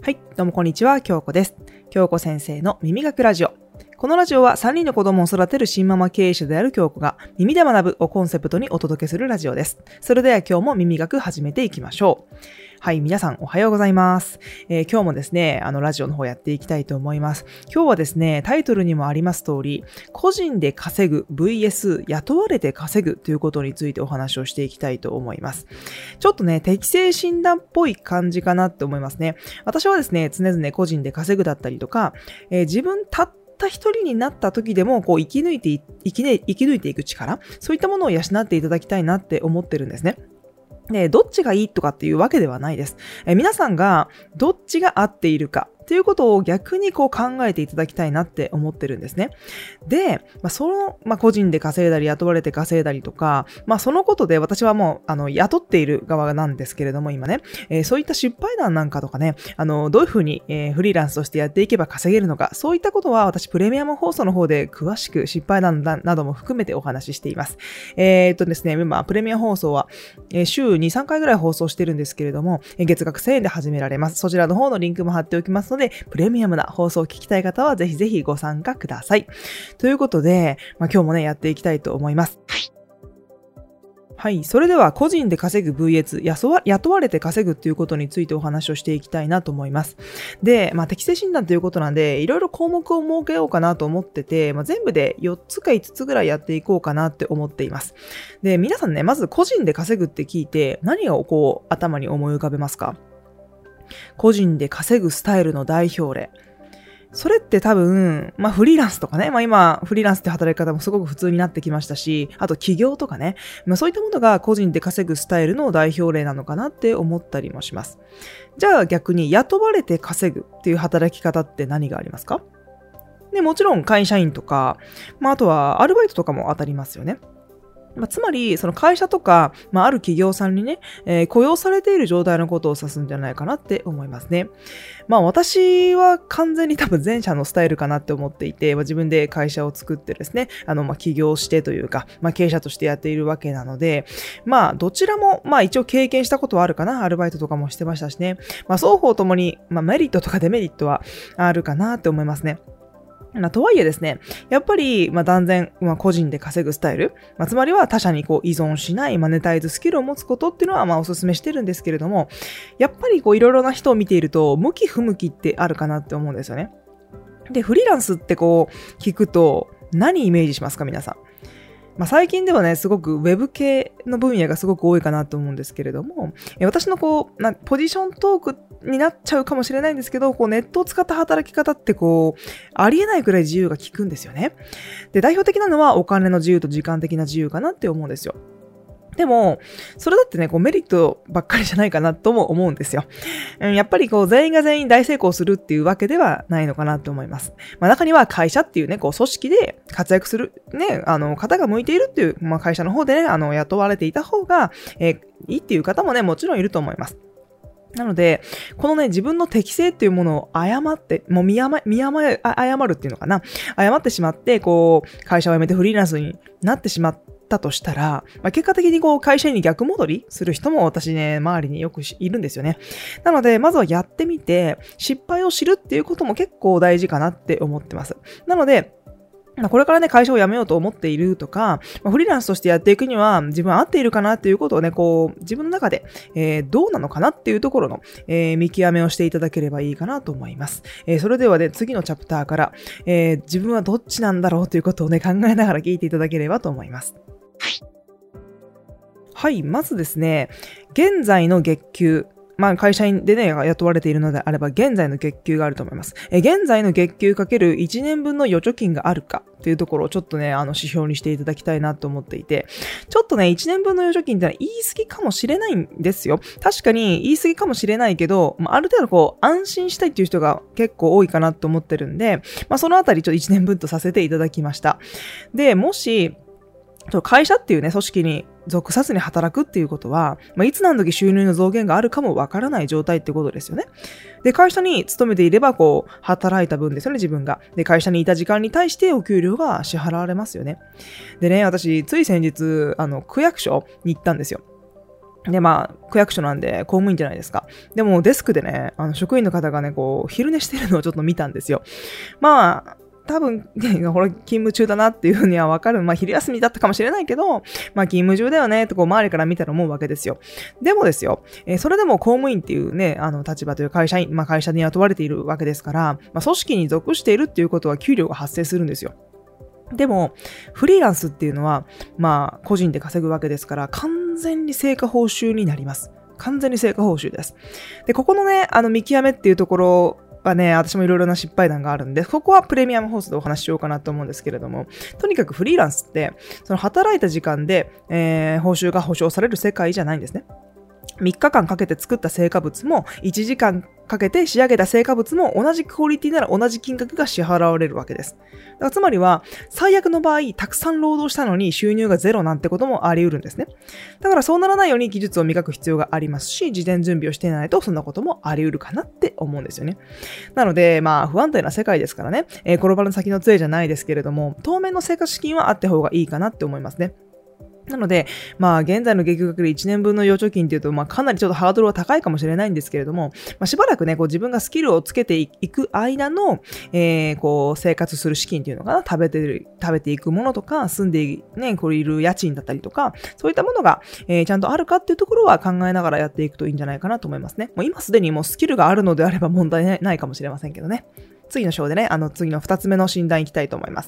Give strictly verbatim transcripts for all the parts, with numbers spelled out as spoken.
はい、どうもこんにちは、京子です。京子先生の耳学ラジオ。このラジオはさんにんの子供を育てる新ママ経営者である京子が耳で学ぶをコンセプトにお届けするラジオです。それでは今日も耳学始めていきましょう。はい、皆さんおはようございます。えー、今日もですね、あのラジオの方やっていきたいと思います。今日はですね、タイトルにもあります通り、個人で稼ぐ ブイエス 雇われて稼ぐということについてお話をしていきたいと思います。ちょっとね、適性診断っぽい感じかなって思いますね。私はですね、常々個人で稼ぐだったりとか、えー、自分たった一人になった時でもこう生き抜いて生きね、生き抜いていく力、そういったものを養っていただきたいなって思ってるんですね。で、どっちがいいとかっていうわけではないです。え皆さんがどっちが合っているかということを逆にこう考えていただきたいなって思ってるんですね。で、まあ、その、まあ、個人で稼いだり雇われて稼いだりとか、まあ、そのことで私はもう、あの、雇っている側なんですけれども、今ね、えー、そういった失敗談なんかとかね、あの、どういうふうに、えー、フリーランスとしてやっていけば稼げるのか、そういったことは私プレミアム放送の方で詳しく失敗談なども含めてお話ししています。えー、っとですね、今、プレミアム放送は、えー、週に、さんかいぐらい放送してるんですけれども、えー、月額せんえんで始められます。そちらの方のリンクも貼っておきますので、プレミアムな放送を聞きたい方はぜひぜひご参加ください。ということで、まあ、今日もね、やっていきたいと思います。はい。それでは、個人で稼ぐ ブイエス、雇われて稼ぐっていうことについてお話をしていきたいなと思います。で、まあ、適性診断ということなんで、いろいろ項目を設けようかなと思ってて、まあ、全部でよっつかいつつぐらいやっていこうかなって思っています。で、皆さんね、まず個人で稼ぐって聞いて、何をこう、頭に思い浮かべますか？個人で稼ぐスタイルの代表例。それって多分、まあフリーランスとかね、まあ今フリーランスって働き方もすごく普通になってきましたし、あと起業とかね、まあそういったものが個人で稼ぐスタイルの代表例なのかなって思ったりもします。じゃあ逆に雇われて稼ぐっていう働き方って何がありますか？で、もちろん会社員とか、まああとはアルバイトとかも当たりますよね。まあ、つまり、その会社とか、まあ、ある企業さんにね、えー、雇用されている状態のことを指すんじゃないかなって思いますね。まあ、私は完全に多分前者のスタイルかなって思っていて、まあ、自分で会社を作ってですね、あの、まあ、起業してというか、まあ、経営者としてやっているわけなので、まあ、どちらも、まあ、一応経験したことはあるかな。アルバイトとかもしてましたしね。まあ、双方ともに、まあ、メリットとかデメリットはあるかなって思いますね。まあ、とはいえですね、やっぱり、まあ、断然、まあ、個人で稼ぐスタイル、まあ、つまりは他者にこう依存しないマネタイズスキルを持つことっていうのは、まあ、お勧めしてるんですけれども、やっぱりこういろいろな人を見ていると、向き不向きってあるかなって思うんですよね。で、フリーランスってこう、聞くと、何イメージしますか、皆さん。まあ、最近ではね、すごくウェブ系の分野がすごく多いかなと思うんですけれども、え私のこう、なポジショントークになっちゃうかもしれないんですけど、こうネットを使った働き方ってこう、ありえないくらい自由が利くんですよね。で、代表的なのはお金の自由と時間的な自由かなって思うんですよ。でも、それだってね、こうメリットばっかりじゃないかなとも思うんですよ。うん、やっぱりこう全員が全員大成功するっていうわけではないのかなと思います。まあ中には会社っていうね、こう組織で活躍するね、あの方が向いているっていう、まあ会社の方でね、あの雇われていた方が、えー、いいっていう方もね、もちろんいると思います。なので、このね、自分の適性っていうものを誤って、もう見誤、見誤、誤るっていうのかな。誤ってしまって、こう、会社を辞めてフリーランスになってしまって、だとしたら、まあ、結果的にこう会社員に逆戻りする人も私ね、周りによくいるんですよね。なので、まずはやってみて、失敗を知るっていうことも結構大事かなって思ってます。なので、これからね、会社を辞めようと思っているとか、フリーランスとしてやっていくには自分合っているかなっていうことをね、こう、自分の中で、えー、どうなのかなっていうところの、えー、見極めをしていただければいいかなと思います。えー、それではね、次のチャプターから、えー、自分はどっちなんだろうということをね、考えながら聞いていただければと思います。はい、まずですね、現在の月給。まあ会社員でね、雇われているのであれば、現在の月給があると思います。え現在の月給かけるいちねんぶんの預貯金があるかっていうところをちょっとね、あの指標にしていただきたいなと思っていて、ちょっとね、いちねんぶんの預貯金ってのは言い過ぎかもしれないんですよ。確かに言い過ぎかもしれないけど、まあ、ある程度こう、安心したいっていう人が結構多いかなと思ってるんで、まあそのあたりちょっといちねんぶんとさせていただきました。で、もし、会社っていうね、組織に属さずに働くっていうことは、まあ、いつ何時収入の増減があるかもわからない状態ってことですよね。で、会社に勤めていれば、こう、働いた分ですよね、自分が。で、会社にいた時間に対してお給料が支払われますよね。でね、私、つい先日、あの、区役所に行ったんですよ。 で、まあ、区役所なんで公務員じゃないですか。でもデスクでね、あの職員の方がね、こう、昼寝してるのをちょっと見たんですよ。まあ、多分、ね、これ勤務中だなっていうふうにはわかる。まあ、昼休みだったかもしれないけど、まあ、勤務中だよね、とこう、周りから見たら思うわけですよ。でもですよ、えー、それでも公務員っていうね、あの、立場という会社員、まあ、会社に雇われているわけですから、まあ、組織に属しているっていうことは給料が発生するんですよ。でも、フリーランスっていうのは、まあ、個人で稼ぐわけですから、完全に成果報酬になります。完全に成果報酬です。で、ここのね、あの、見極めっていうところはね、私もいろいろな失敗談があるんで、ここはプレミアム放送でお話ししようかなと思うんですけれども、とにかくフリーランスって、その働いた時間で、えー、報酬が保証される世界じゃないんですね。みっかかんかけて作った成果物もいちじかんかけて仕上げた成果物も同じクオリティなら同じ金額が支払われるわけです。だからつまりは最悪の場合たくさん労働したのに収入がゼロなんてこともあり得るんですね。だからそうならないように技術を磨く必要がありますし、事前準備をしていないとそんなこともあり得るかなって思うんですよね。なのでまあ不安定な世界ですからね、えー、転ばぬ先の杖じゃないですけれども、当面の生活資金はあった方がいいかなって思いますね。なので、まあ、現在の月給額でいちねんぶんの預貯金っていうと、まあ、かなりちょっとハードルは高いかもしれないんですけれども、まあ、しばらくね、こう自分がスキルをつけていく間の、えー、こう、生活する資金っていうのかな、食べてる、食べていくものとか、住んでね、これいる家賃だったりとか、そういったものが、えー、ちゃんとあるかっていうところは考えながらやっていくといいんじゃないかなと思いますね。もう今すでにもうスキルがあるのであれば問題ないかもしれませんけどね。次の章でね、あの、次の二つ目の診断いきたいと思います。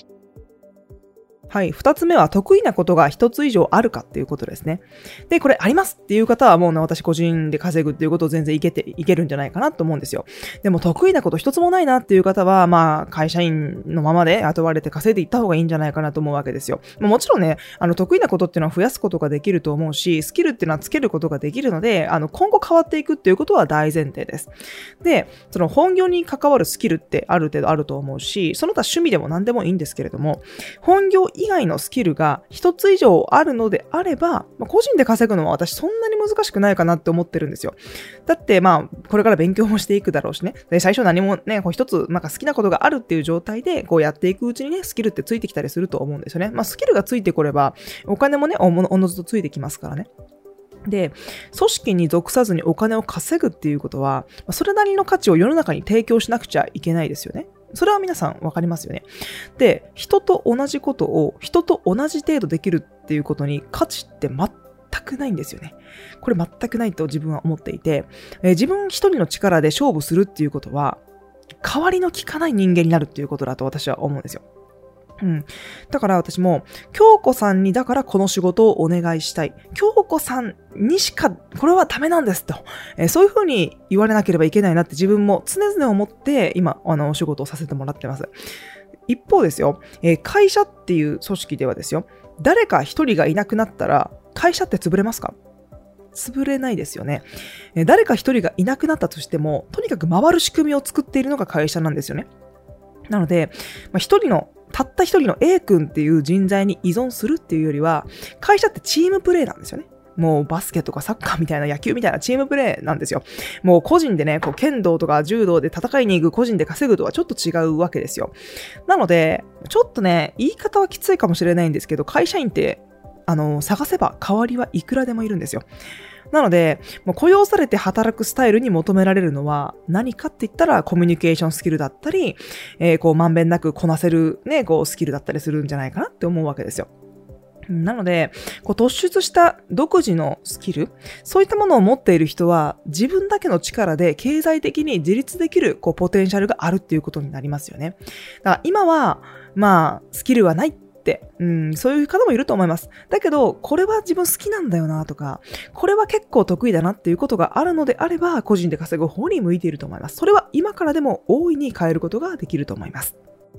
はい。二つ目は得意なことが一つ以上あるかっていうことですね。で、これありますっていう方はもうね、私個人で稼ぐっていうことを全然いけて、いけるんじゃないかなと思うんですよ。でも得意なこと一つもないなっていう方は、まあ、会社員のままで雇われて稼いでいった方がいいんじゃないかなと思うわけですよ。まあ、もちろんね、あの、得意なことっていうのは増やすことができると思うし、スキルっていうのはつけることができるので、あの、今後変わっていくっていうことは大前提です。で、その本業に関わるスキルってある程度あると思うし、その他趣味でも何でもいいんですけれども、本業以外のスキルが一つ以上あるのであれば、まあ、個人で稼ぐのは私そんなに難しくないかなって思ってるんですよ。だってまあこれから勉強もしていくだろうしね。で最初何もね、こう一つなんか好きなことがあるっていう状態でこうやっていくうちにね、スキルってついてきたりすると思うんですよね。まあスキルがついてこればお金もね、おのおのずとついてきますからね。で、組織に属さずにお金を稼ぐっていうことは、それなりの価値を世の中に提供しなくちゃいけないですよね。それは皆さんわかりますよね。で、人と同じことを人と同じ程度できるっていうことに価値って全くないんですよね。これ全くないと自分は思っていて、えー、自分一人の力で勝負するっていうことは、代わりの利かない人間になるっていうことだと私は思うんですよ。うん。だから私も、京子さんにだからこの仕事をお願いしたい。京子さんにしかこれはダメなんですと。えー、そういうふうに言われなければいけないなって自分も常々思って今、あの、お仕事をさせてもらってます。一方ですよ、えー、会社っていう組織ではですよ、誰か一人がいなくなったら、会社って潰れますか？潰れないですよね。えー、誰か一人がいなくなったとしても、とにかく回る仕組みを作っているのが会社なんですよね。なので、まあ、一人のたった一人の A 君っていう人材に依存するっていうよりは、会社ってチームプレーなんですよね。もうバスケとかサッカーみたいな野球みたいなチームプレーなんですよ。もう個人でね、こう剣道とか柔道で戦いに行く個人で稼ぐとはちょっと違うわけですよ。なので、ちょっとね、言い方はきついかもしれないんですけど、会社員って、あの、探せば代わりはいくらでもいるんですよ。なので、もう雇用されて働くスタイルに求められるのは何かって言ったらコミュニケーションスキルだったり、えー、こうまんべんなくこなせるね、こうスキルだったりするんじゃないかなって思うわけですよ。なので、こう突出した独自のスキル、そういったものを持っている人は自分だけの力で経済的に自立できるこうポテンシャルがあるっていうことになりますよね。だから今は、まあ、スキルはないって、うん、そういう方もいると思います。だけど、これは自分好きなんだよなとか、これは結構得意だなっていうことがあるのであれば、個人で稼ぐ方に向いていると思います。それは今からでも大いに変えることができると思います。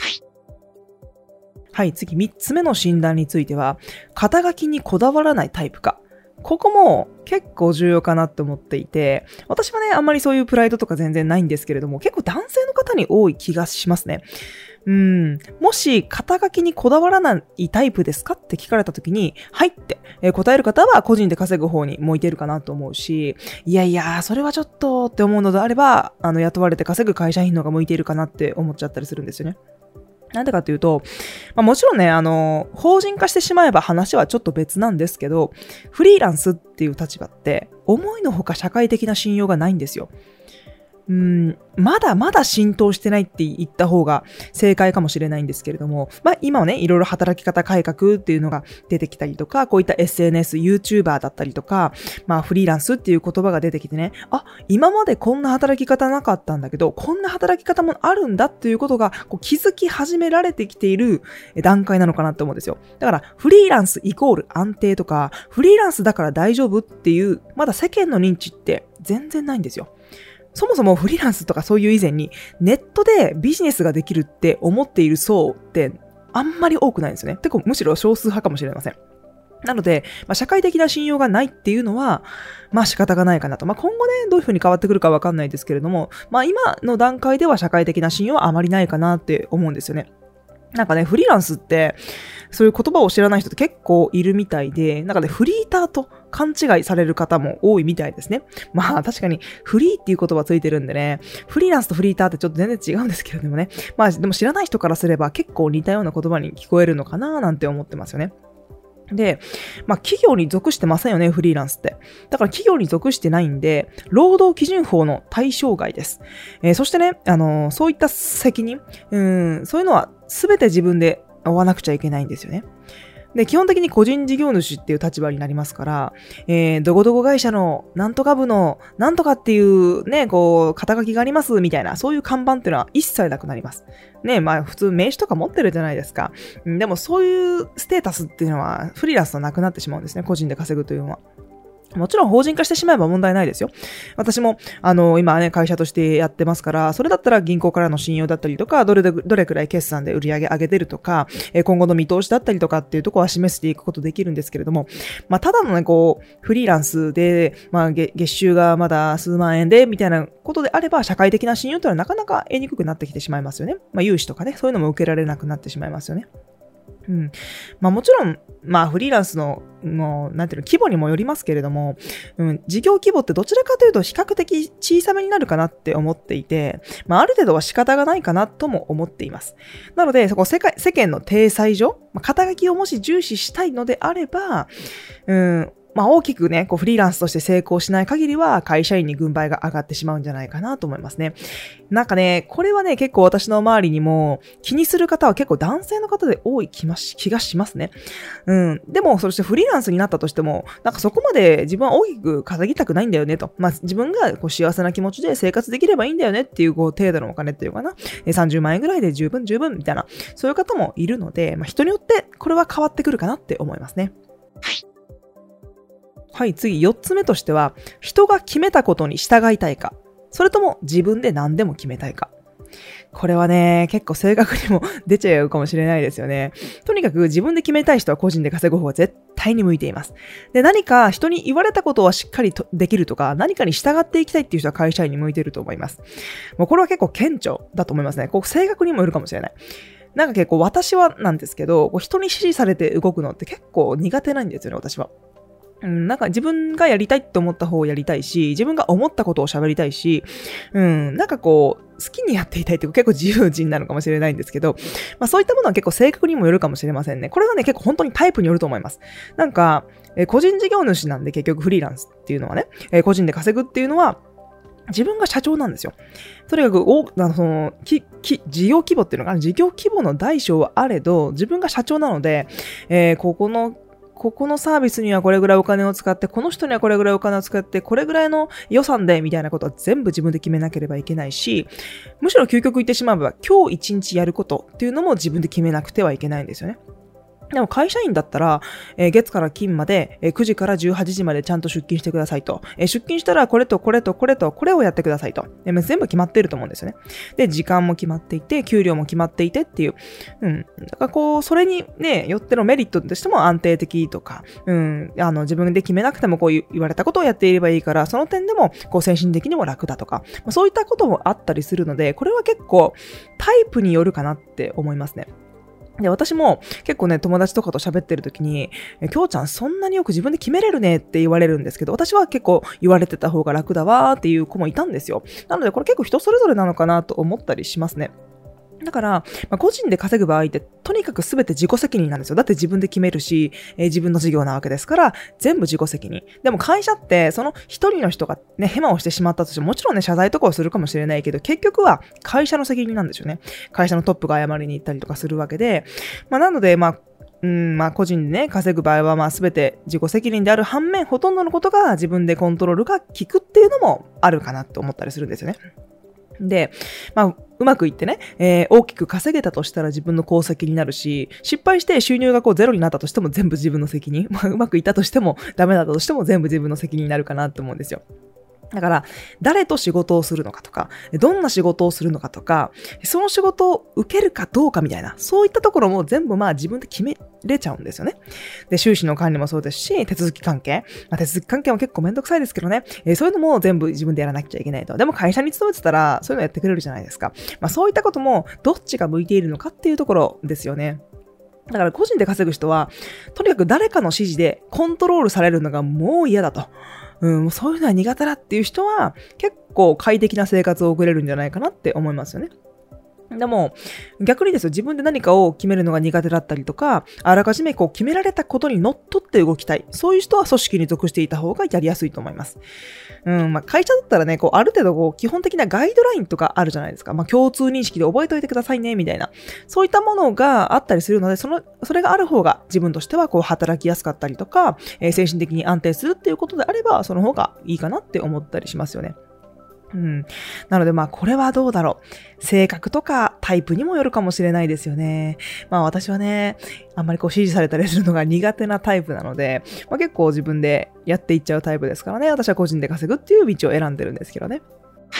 はい、次みっつめの診断については、肩書きにこだわらないタイプか。ここも結構重要かなって思っていて、私はね、あんまりそういうプライドとか全然ないんですけれども、結構男性の方に多い気がしますね。うん、もし肩書きにこだわらないタイプですかって聞かれた時に、はいって、えー、答える方は個人で稼ぐ方に向いてるかなと思うし、いやいや、それはちょっとって思うのであれば、あの雇われて稼ぐ会社員の方が向いているかなって思っちゃったりするんですよね。 なんでかっていうと、まあ、もちろんね、あの、法人化してしまえば話はちょっと別なんですけど、フリーランスっていう立場って、思いのほか社会的な信用がないんですよ。うーん、まだまだ浸透してないって言った方が正解かもしれないんですけれども、まあ今はね、いろいろ働き方改革っていうのが出てきたりとか、こういった エスエヌエス、YouTuber だったりとか、まあフリーランスっていう言葉が出てきてね、あ、今までこんな働き方なかったんだけど、こんな働き方もあるんだっていうことがこう気づき始められてきている段階なのかなって思うんですよ。だからフリーランスイコール安定とか、フリーランスだから大丈夫っていう、まだ世間の認知って全然ないんですよ。そもそもフリーランスとかそういう以前にネットでビジネスができるって思っている層ってあんまり多くないんですよね。てかむしろ少数派かもしれません。なので、まあ、社会的な信用がないっていうのは、まあ仕方がないかなと。まあ今後ね、どういう風に変わってくるかわかんないですけれども、まあ今の段階では社会的な信用はあまりないかなって思うんですよね。なんかね、フリーランスって、そういう言葉を知らない人って結構いるみたいで、なんかね、フリーターと勘違いされる方も多いみたいですね。まあ確かに、フリーっていう言葉ついてるんでね、フリーランスとフリーターってちょっと全然違うんですけれどもね。まあでも知らない人からすれば結構似たような言葉に聞こえるのかななんて思ってますよね。で、まあ企業に属してませんよね、フリーランスって。だから企業に属してないんで、労働基準法の対象外です。えー、そしてね、あのー、そういった責任、うん、そういうのは全て自分で負わなくちゃいけないんですよね。で、基本的に個人事業主っていう立場になりますから、えー、どこどこ会社のなんとか部のなんとかっていうね、こう、肩書きがありますみたいな、そういう看板っていうのは一切なくなります。ね、まあ普通名刺とか持ってるじゃないですか。でもそういうステータスっていうのはフリーランスとなくなってしまうんですね、個人で稼ぐというのは。もちろん法人化してしまえば問題ないですよ。私も、あの、今ね、会社としてやってますから、それだったら銀行からの信用だったりとか、どれで、どれくらい決算で売り上げ上げてるとか、今後の見通しだったりとかっていうところは示していくことできるんですけれども、まあ、ただのね、こう、フリーランスで、まあ、月収がまだ数万円で、みたいなことであれば、社会的な信用というのはなかなか得にくくなってきてしまいますよね。まあ、融資とかね、そういうのも受けられなくなってしまいますよね。うん。まあもちろん、まあフリーランスの、もう、なんていうの、規模にもよりますけれども、うん、事業規模ってどちらかというと比較的小さめになるかなって思っていて、まあある程度は仕方がないかなとも思っています。なので、そこ世界、世間の体裁上、まあ、肩書きをもし重視したいのであれば、うん、まあ大きくね、こうフリーランスとして成功しない限りは会社員に軍配が上がってしまうんじゃないかなと思いますね。なんかね、これはね、結構私の周りにも気にする方は結構男性の方で多い気がしますね。うん。でも、そしてフリーランスになったとしても、なんかそこまで自分は大きく稼ぎたくないんだよねと。まあ自分がこう幸せな気持ちで生活できればいいんだよねっていうこう程度のお金っていうかな。さんじゅうまんえんぐらいで十分十分みたいな、そういう方もいるので、まあ人によってこれは変わってくるかなって思いますね。はい、次よっつめとしては、人が決めたことに従いたいか、それとも自分で何でも決めたいか。これはね、結構性格にも出ちゃうかもしれないですよね。とにかく自分で決めたい人は個人で稼ぐ方が絶対に向いています。で、何か人に言われたことはしっかりとできるとか、何かに従っていきたいっていう人は会社員に向いていると思います。もうこれは結構顕著だと思いますね。こう性格にもよるかもしれない。なんか結構私はなんですけど、こう人に指示されて動くのって結構苦手なんですよね、私は。うん、なんか自分がやりたいって思った方をやりたいし、自分が思ったことを喋りたいし、うん、なんかこう、好きにやっていたいって結構自由人なのかもしれないんですけど、まあそういったものは結構性格にもよるかもしれませんね。これはね、結構本当にタイプによると思います。なんか、えー、個人事業主なんで結局フリーランスっていうのはね、えー、個人で稼ぐっていうのは、自分が社長なんですよ。とにかく、お、あの、その、き、き、事業規模っていうのかな、事業規模の大小はあれど、自分が社長なので、えー、ここの、ここのサービスにはこれぐらいお金を使って、この人にはこれぐらいお金を使って、これぐらいの予算で、みたいなことは全部自分で決めなければいけないし、むしろ究極言ってしまえば、今日一日やることっていうのも自分で決めなくてはいけないんですよね。でも会社員だったら、えー、月から金まで、えー、くじからじゅうはちじまでちゃんと出勤してくださいと。えー、出勤したらこれとこれとこれとこれをやってくださいと。えー、全部決まっていると思うんですよね。で、時間も決まっていて、給料も決まっていてっていう。うん。だからこう、それにね、よってのメリットとしても安定的とか、うん。あの、自分で決めなくてもこう言われたことをやっていればいいから、その点でも、こう、精神的にも楽だとか、まあ、そういったこともあったりするので、これは結構タイプによるかなって思いますね。で、私も結構ね、友達とかと喋ってる時に、きょうちゃんそんなによく自分で決めれるねって言われるんですけど、私は結構言われてた方が楽だわーっていう子もいたんですよ。なのでこれ結構人それぞれなのかなと思ったりしますね。 だから、まあ、個人で稼ぐ場合って、とにかく全て自己責任なんですよ。だって自分で決めるし、えー、自分の事業なわけですから、全部自己責任。でも会社って、その一人の人がね、ヘマをしてしまったとしても、もちろんね、謝罪とかをするかもしれないけど、結局は会社の責任なんですよね。会社のトップが謝りに行ったりとかするわけで、まあ、なので、まあ、うん、まあ、個人でね、稼ぐ場合は、まあ、全て自己責任である反面、ほとんどのことが自分でコントロールが効くっていうのもあるかなと思ったりするんですよね。で、まあ、うまくいってね、えー、大きく稼げたとしたら自分の功績になるし、失敗して収入がこうゼロになったとしても全部自分の責任。まあ、うまくいったとしてもダメだったとしても全部自分の責任になるかなって思うんですよ。だから、誰と仕事をするのかとか、どんな仕事をするのかとか、その仕事を受けるかどうかみたいな、そういったところも全部まあ自分で決めれちゃうんですよね。で、収支の管理もそうですし、手続き関係。まあ、手続き関係も結構めんどくさいですけどね、えー、そういうのも全部自分でやらなきゃいけないと。でも会社に勤めてたら、そういうのやってくれるじゃないですか。まあそういったことも、どっちが向いているのかっていうところですよね。だから個人で稼ぐ人は、とにかく誰かの指示でコントロールされるのがもう嫌だと。うん、そういうのは苦手だっていう人は結構快適な生活を送れるんじゃないかなって思いますよね。でも逆にですよ、自分で何かを決めるのが苦手だったりとか、あらかじめこう決められたことにのっとって動きたい。そういう人は組織に属していた方がやりやすいと思います。うん、まあ会社だったらね、こうある程度こう基本的なガイドラインとかあるじゃないですか。まあ共通認識で覚えておいてくださいねみたいな、そういったものがあったりするので、そのそれがある方が自分としてはこう働きやすかったりとか、えー、精神的に安定するっていうことであれば、その方がいいかなって思ったりしますよね。うん。なのでまあこれはどうだろう。性格とかタイプにもよるかもしれないですよね。まあ私はね、あんまりこう指示されたりするのが苦手なタイプなので、まあ、結構自分でやっていっちゃうタイプですからね。私は個人で稼ぐっていう道を選んでるんですけどね。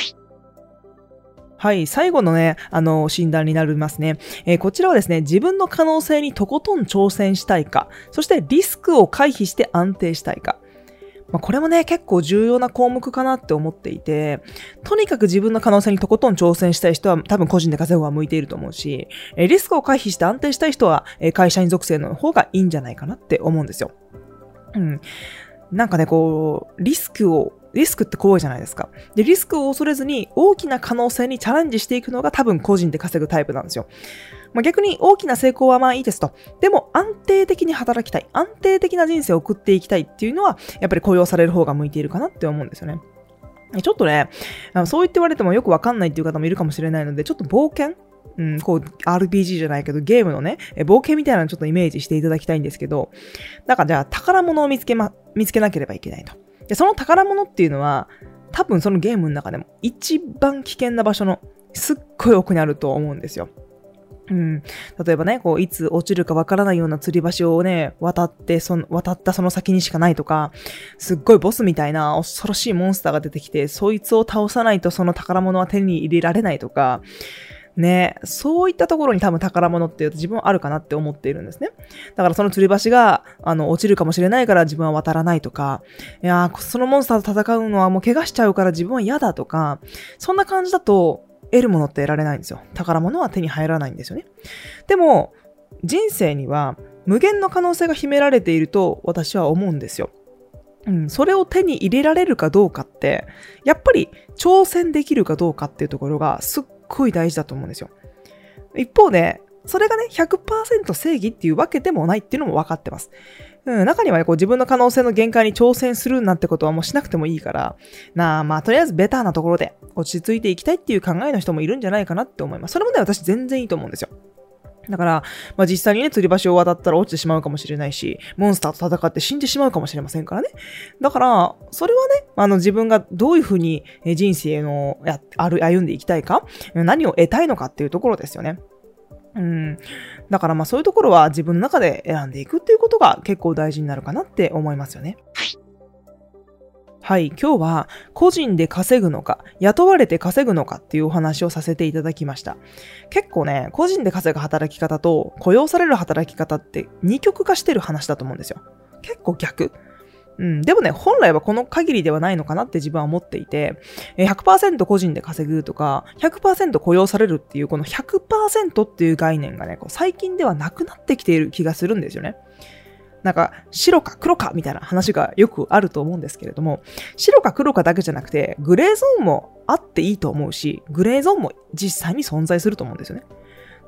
はい。最後のね、あの、診断になりますね。えー、こちらはですね、自分の可能性にとことん挑戦したいか、そしてリスクを回避して安定したいか。まあ、これもね、結構重要な項目かなって思っていて、とにかく自分の可能性にとことん挑戦したい人は多分個人で稼ぐ方が向いていると思うし、えー、リスクを回避して安定したい人は、えー、会社員属性の方がいいんじゃないかなって思うんですよ。うん。なんかね、こう、リスクを、リスクって怖いじゃないですか。で、リスクを恐れずに大きな可能性にチャレンジしていくのが多分個人で稼ぐタイプなんですよ。まあ、逆に大きな成功はまあいいですと。でも安定的に働きたい。安定的な人生を送っていきたいっていうのは、やっぱり雇用される方が向いているかなって思うんですよね。ちょっとね、そう言って言われてもよくわかんないっていう方もいるかもしれないので、ちょっと冒険うん、こう、アールピージー じゃないけど、ゲームのね、冒険みたいなのちょっとイメージしていただきたいんですけど、なんかじゃあ宝物を見つけま、見つけなければいけないと。で、その宝物っていうのは、多分そのゲームの中でも一番危険な場所のすっごい奥にあると思うんですよ。うん、例えばね、こう、いつ落ちるかわからないような吊り橋をね、渡って、その、渡ったその先にしかないとか、すっごいボスみたいな恐ろしいモンスターが出てきて、そいつを倒さないとその宝物は手に入れられないとか、ね、そういったところに多分宝物っていうと自分はあるかなって思っているんですね。だからその吊り橋が、あの、落ちるかもしれないから自分は渡らないとか、いやー、そのモンスターと戦うのはもう怪我しちゃうから自分は嫌だとか、そんな感じだと得るものって得られないんですよ。宝物は手に入らないんですよね。でも、人生には無限の可能性が秘められていると私は思うんですよ。うん、それを手に入れられるかどうかって、やっぱり挑戦できるかどうかっていうところがすっごい大事だと思うんですよ。一方で、それがね、ひゃくパーセント 正義っていうわけでもないっていうのも分かってます。うん、中には、ね、こう自分の可能性の限界に挑戦するなんてことはもうしなくてもいいから、なあ、まあとりあえずベターなところで落ち着いていきたいっていう考えの人もいるんじゃないかなって思います。それもね、私全然いいと思うんですよ。だから、まあ、実際にね、吊り橋を渡ったら落ちてしまうかもしれないし、モンスターと戦って死んでしまうかもしれませんからね。だから、それはね、あの自分がどういうふうに人生のや歩んでいきたいか、何を得たいのかっていうところですよね。うん。だからまあそういうところは自分の中で選んでいくっていうことが結構大事になるかなって思いますよね。はい、今日は個人で稼ぐのか、雇われて稼ぐのかっていうお話をさせていただきました。結構ね、個人で稼ぐ働き方と雇用される働き方って二極化してる話だと思うんですよ。結構逆。うん、でもね、本来はこの限りではないのかなって自分は思っていて、ひゃくパーセント 個人で稼ぐとか、ひゃくパーセント 雇用されるっていうこの ひゃくパーセント っていう概念がね、こう最近ではなくなってきている気がするんですよね。なんか白か黒かみたいな話がよくあると思うんですけれども、白か黒かだけじゃなくてグレーゾーンもあっていいと思うし、グレーゾーンも実際に存在すると思うんですよね。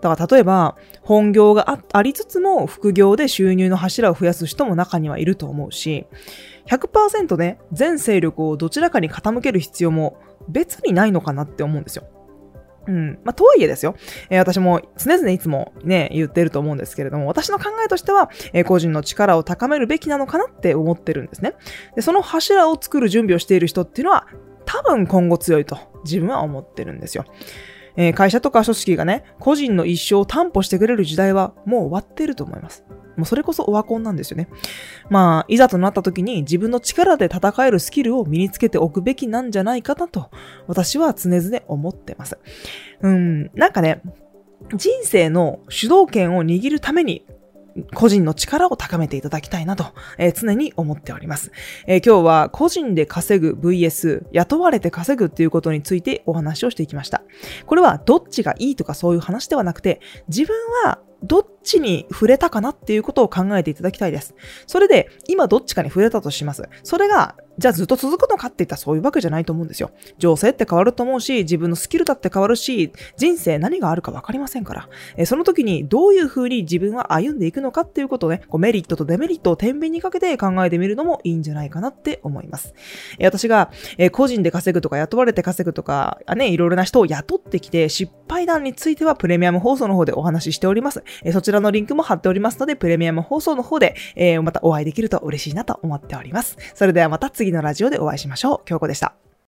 だから例えば、本業が あ, ありつつも副業で収入の柱を増やす人も中にはいると思うし、ひゃくパーセント ね、全勢力をどちらかに傾ける必要も別にないのかなって思うんですよ。うん。まあ、とはいえですよ。えー、私も常々いつもね、言ってると思うんですけれども、私の考えとしては、えー、個人の力を高めるべきなのかなって思ってるんですね。で、その柱を作る準備をしている人っていうのは、多分今後強いと自分は思ってるんですよ。えー、会社とか組織がね、個人の一生を担保してくれる時代はもう終わってると思います。もうそれこそオワコンなんですよね。まあ、いざとなった時に自分の力で戦えるスキルを身につけておくべきなんじゃないかなと、私は常々思ってます。うん、なんかね、人生の主導権を握るために、個人の力を高めていただきたいなと、えー、常に思っております、えー。今日は個人で稼ぐ ブイエス 雇われて稼ぐっていうことについてお話をしていきました。これはどっちがいいとかそういう話ではなくて、自分はどっちに触れたかなっていうことを考えていただきたいです。それで今どっちかに触れたとします。それがじゃあずっと続くのかって言ったらそういうわけじゃないと思うんですよ。情勢って変わると思うし、自分のスキルだって変わるし、人生何があるか分かりませんから。えその時にどういう風に自分は歩んでいくのかっていうことをね、こうメリットとデメリットを天秤にかけて考えてみるのもいいんじゃないかなって思います。え私が、え個人で稼ぐとか雇われて稼ぐとか、ね、いろいろな人を雇ってきて失敗談についてはプレミアム放送の方でお話ししております。えそちらのリンクも貼っておりますので、プレミアム放送の方で、えー、またお会いできると嬉しいなと思っております。それではまた次のラジオでお会いしましょう。京子でした。